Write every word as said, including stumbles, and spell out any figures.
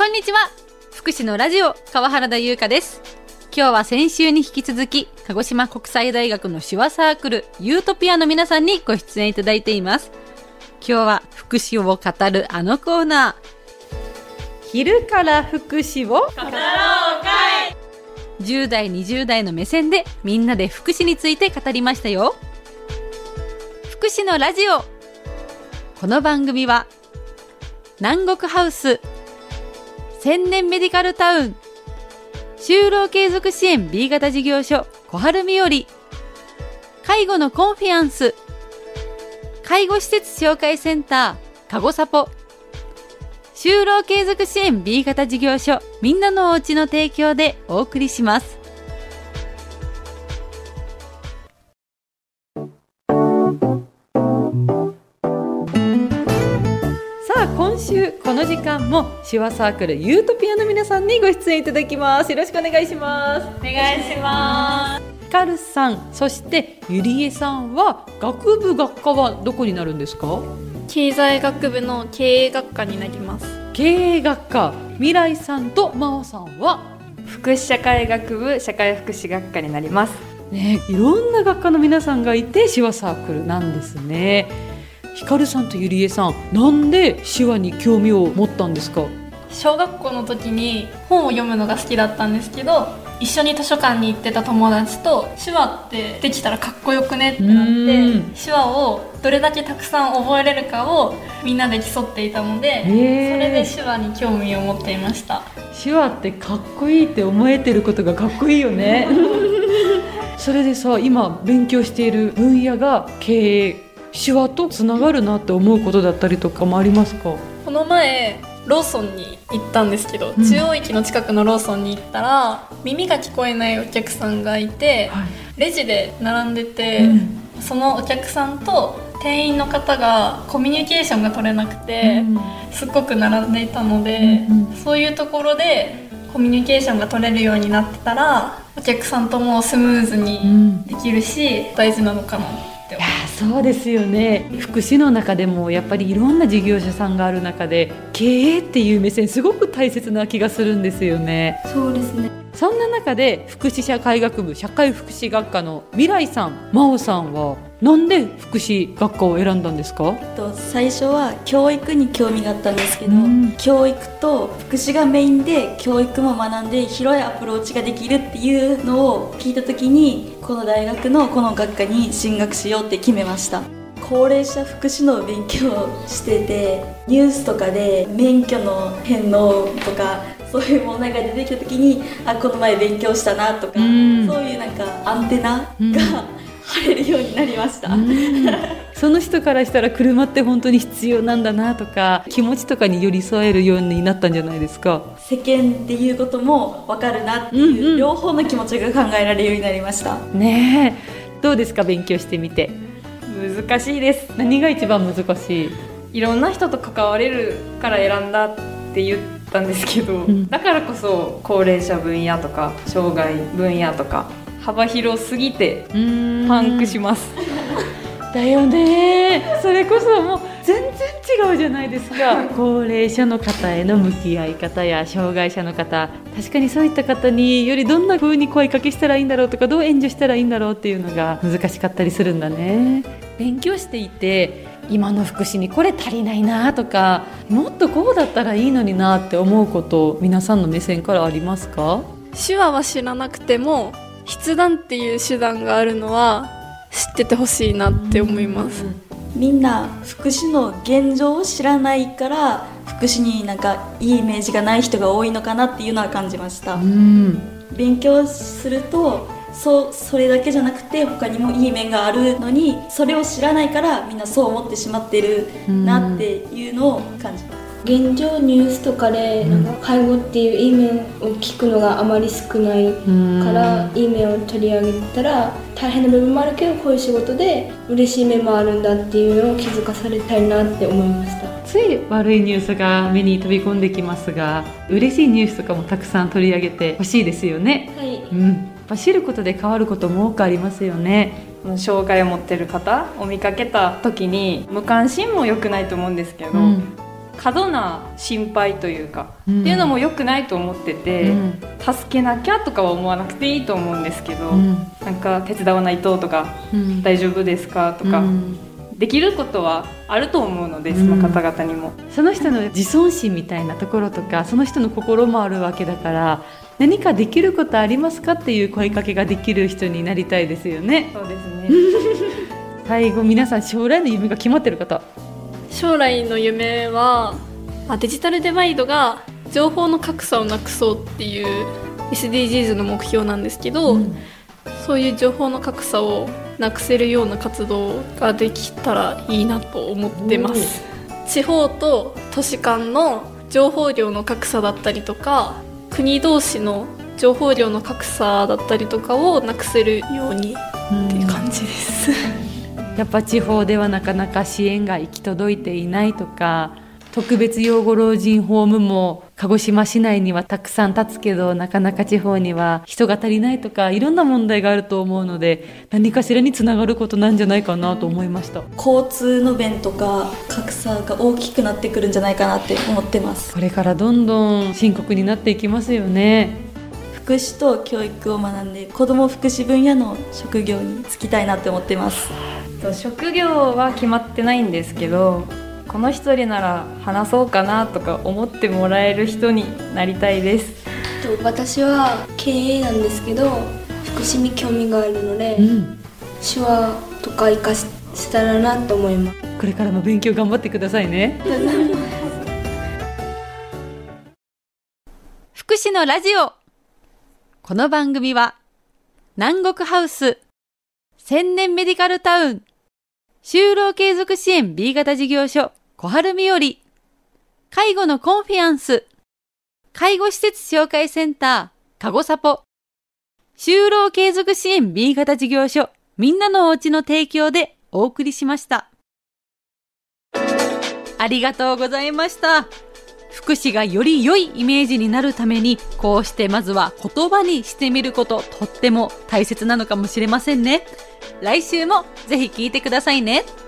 こんにちは。福祉のラジオ川原田優香です。今日は先週に引き続き鹿児島国際大学の手話サークルユートピアの皆さんにご出演いただいています。今日は福祉を語るあのコーナー、昼から福祉を語ろうかい。じゅう代にじゅう代の目線でみんなで福祉について語りましたよ。福祉のラジオ。この番組は南国ハウス、千年メディカルタウン、就労継続支援 B 型事業所小春みより、介護のコンフィアンス、介護施設紹介センターかごさぽ、就労継続支援 B 型事業所みんなのおうちの提供でお送りします。さあ、今週この時間も手話サークルユートピアの皆さんにご出演いただきます。よろしくお願いします。 お願いします。 ヒカルさん、そしてゆりえさんは学部学科はどこになるんですか？ 経済学部の経営学科になります。 経営学科。未来さんと真央さんは福祉社会学部社会福祉学科になります、 ね、いろんな学科の皆さんがいて手話サークルなんですね。ヒカルさんとゆりえさん、なんで手話に興味を持ったんですか？ 小学校の時に本を読むのが好きだったんですけど、一緒に図書館に行ってた友達と手話ってできたらかっこよくねってなって、手話をどれだけたくさん覚えれるかをみんなで競っていたので、それで手話に興味を持っていました。 手話ってかっこいいって思えてることがかっこいいよねそれでさ、今勉強している分野が経営、手話とつながるなって思うことだったりとかもありますか？ この前ローソンに行ったんですけど、うん、中央駅の近くのローソンに行ったら耳が聞こえないお客さんがいて、はい、レジで並んでて、うん、そのお客さんと店員の方がコミュニケーションが取れなくて、うん、すっごく並んでいたので、うん、そういうところでコミュニケーションが取れるようになってたらお客さんともスムーズにできるし、うん、大事なのかな。 いや、そうですよね。福祉の中でもやっぱりいろんな事業者さんがある中で経営っていう目線すごく大切な気がするんですよね。 そうですね。 そんな中で福祉社会学部社会福祉学科の未来さん、真央さんはなんで福祉学科を選んだんですか？ 最初は教育に興味があったんですけど、うん、教育と福祉がメインで教育も学んで広いアプローチができるっていうのを聞いた時に、この大学のこの学科に進学しようって決めました。高齢者福祉の勉強をしてて、ニュースとかで免許の返納とかそういう問題が出てきた時に、あ、この前勉強したなとか、うん、そういうなんかアンテナが、うん、張れるようになりました、うん、 その人からしたら車って本当に必要なんだなとか、気持ちとかに寄り添えるようになったんじゃないですか？ 世間っていうことも分かるなっていう、うんうん、両方の気持ちが考えられるようになりましたね。え、どうですか、勉強してみて？ 難しいです。 何が一番難しい？ いろんな人と関われるから選んだって言ったんですけど、うん、だからこそ高齢者分野とか障害分野とか幅広すぎてパンクしますだよね。それこそもう全然違うじゃないですか高齢者の方への向き合い方や障害者の方、確かにそういった方によりどんな風に声かけしたらいいんだろうとか、どう援助したらいいんだろうっていうのが難しかったりするんだね。勉強していて今の福祉にこれ足りないなとか、もっとこうだったらいいのになって思うこと、皆さんの目線からありますか？ 手話は知らなくても筆談っていう手段があるのは知っててほしいなって思います。 みんな福祉の現状を知らないから福祉になんかいいイメージがない人が多いのかなっていうのは感じました。うん、勉強するとそうそれだけじゃなくて他にもいい面があるのに、それを知らないからみんなそう思ってしまってるなっていうのを感じます。 現状ニュースとかでなんか介護っていういい面を聞くのがあまり少ないからいい面を取り上げたら大変な部分もあるけど、こういう仕事で嬉しい面もあるんだっていうのを気づかされたいなって思いました。 つい悪いニュースが目に飛び込んできますが、嬉しいニュースとかもたくさん取り上げてほしいですよね。 はい、 うん、やっぱ知ることで変わることも多くありますよね。 障害を持っている方を見かけた時に無関心も良くないと思うんですけど、うん、 過度な心配というか、 うん、 っていうのも良くないと思ってて、うん、助けなきゃとかは思わなくていいと思うんですけど、うん、なんか手伝わないととか、うん、大丈夫ですかとか、うん、できることはあると思うので、その方々にも、 うん、その人の自尊心みたいなところとか、その人の心もあるわけだから、何かできることありますかっていう声かけができる人になりたいですよね。 そうですね最後、皆さん将来の夢が決まってる方。 将来の夢はデジタルデバイドが情報の格差をなくそうっていう エスディージーズ の目標なんですけど、うん、そういう情報の格差をなくせるような活動ができたらいいなと思ってます。地方と都市間の情報量の格差だったりとか、国同士の情報量の格差だったりとかをなくせるようにっていう感じです、うんやっぱ地方ではなかなか支援が行き届いていないとか、特別養護老人ホームも鹿児島市内にはたくさん建つけど、なかなか地方には人が足りないとか、いろんな問題があると思うので、何かしらにつながることなんじゃないかなと思いました。 交通の便とか格差が大きくなってくるんじゃないかなって思ってます。 これからどんどん深刻になっていきますよね。 福祉と教育を学んで、子ども福祉分野の職業に就きたいなって思ってます。 職業は決まってないんですけど、この一人なら話そうかなとか思ってもらえる人になりたいです。 私は経営なんですけど、福祉に興味があるので、うん、手話とか活かしたらなと思います。 これからも勉強頑張ってくださいね福祉のラジオ。この番組は南国ハウス、千年メディカルタウン、就労継続支援 B 型事業所小春みより、介護のコンフィアンス、介護施設紹介センターかごさぽ、就労継続支援 B 型事業所みんなのおうちの提供でお送りしました。ありがとうございました。福祉がより良いイメージになるために、こうしてまずは言葉にしてみること、とっても大切なのかもしれませんね。来週もぜひ聞いてくださいね。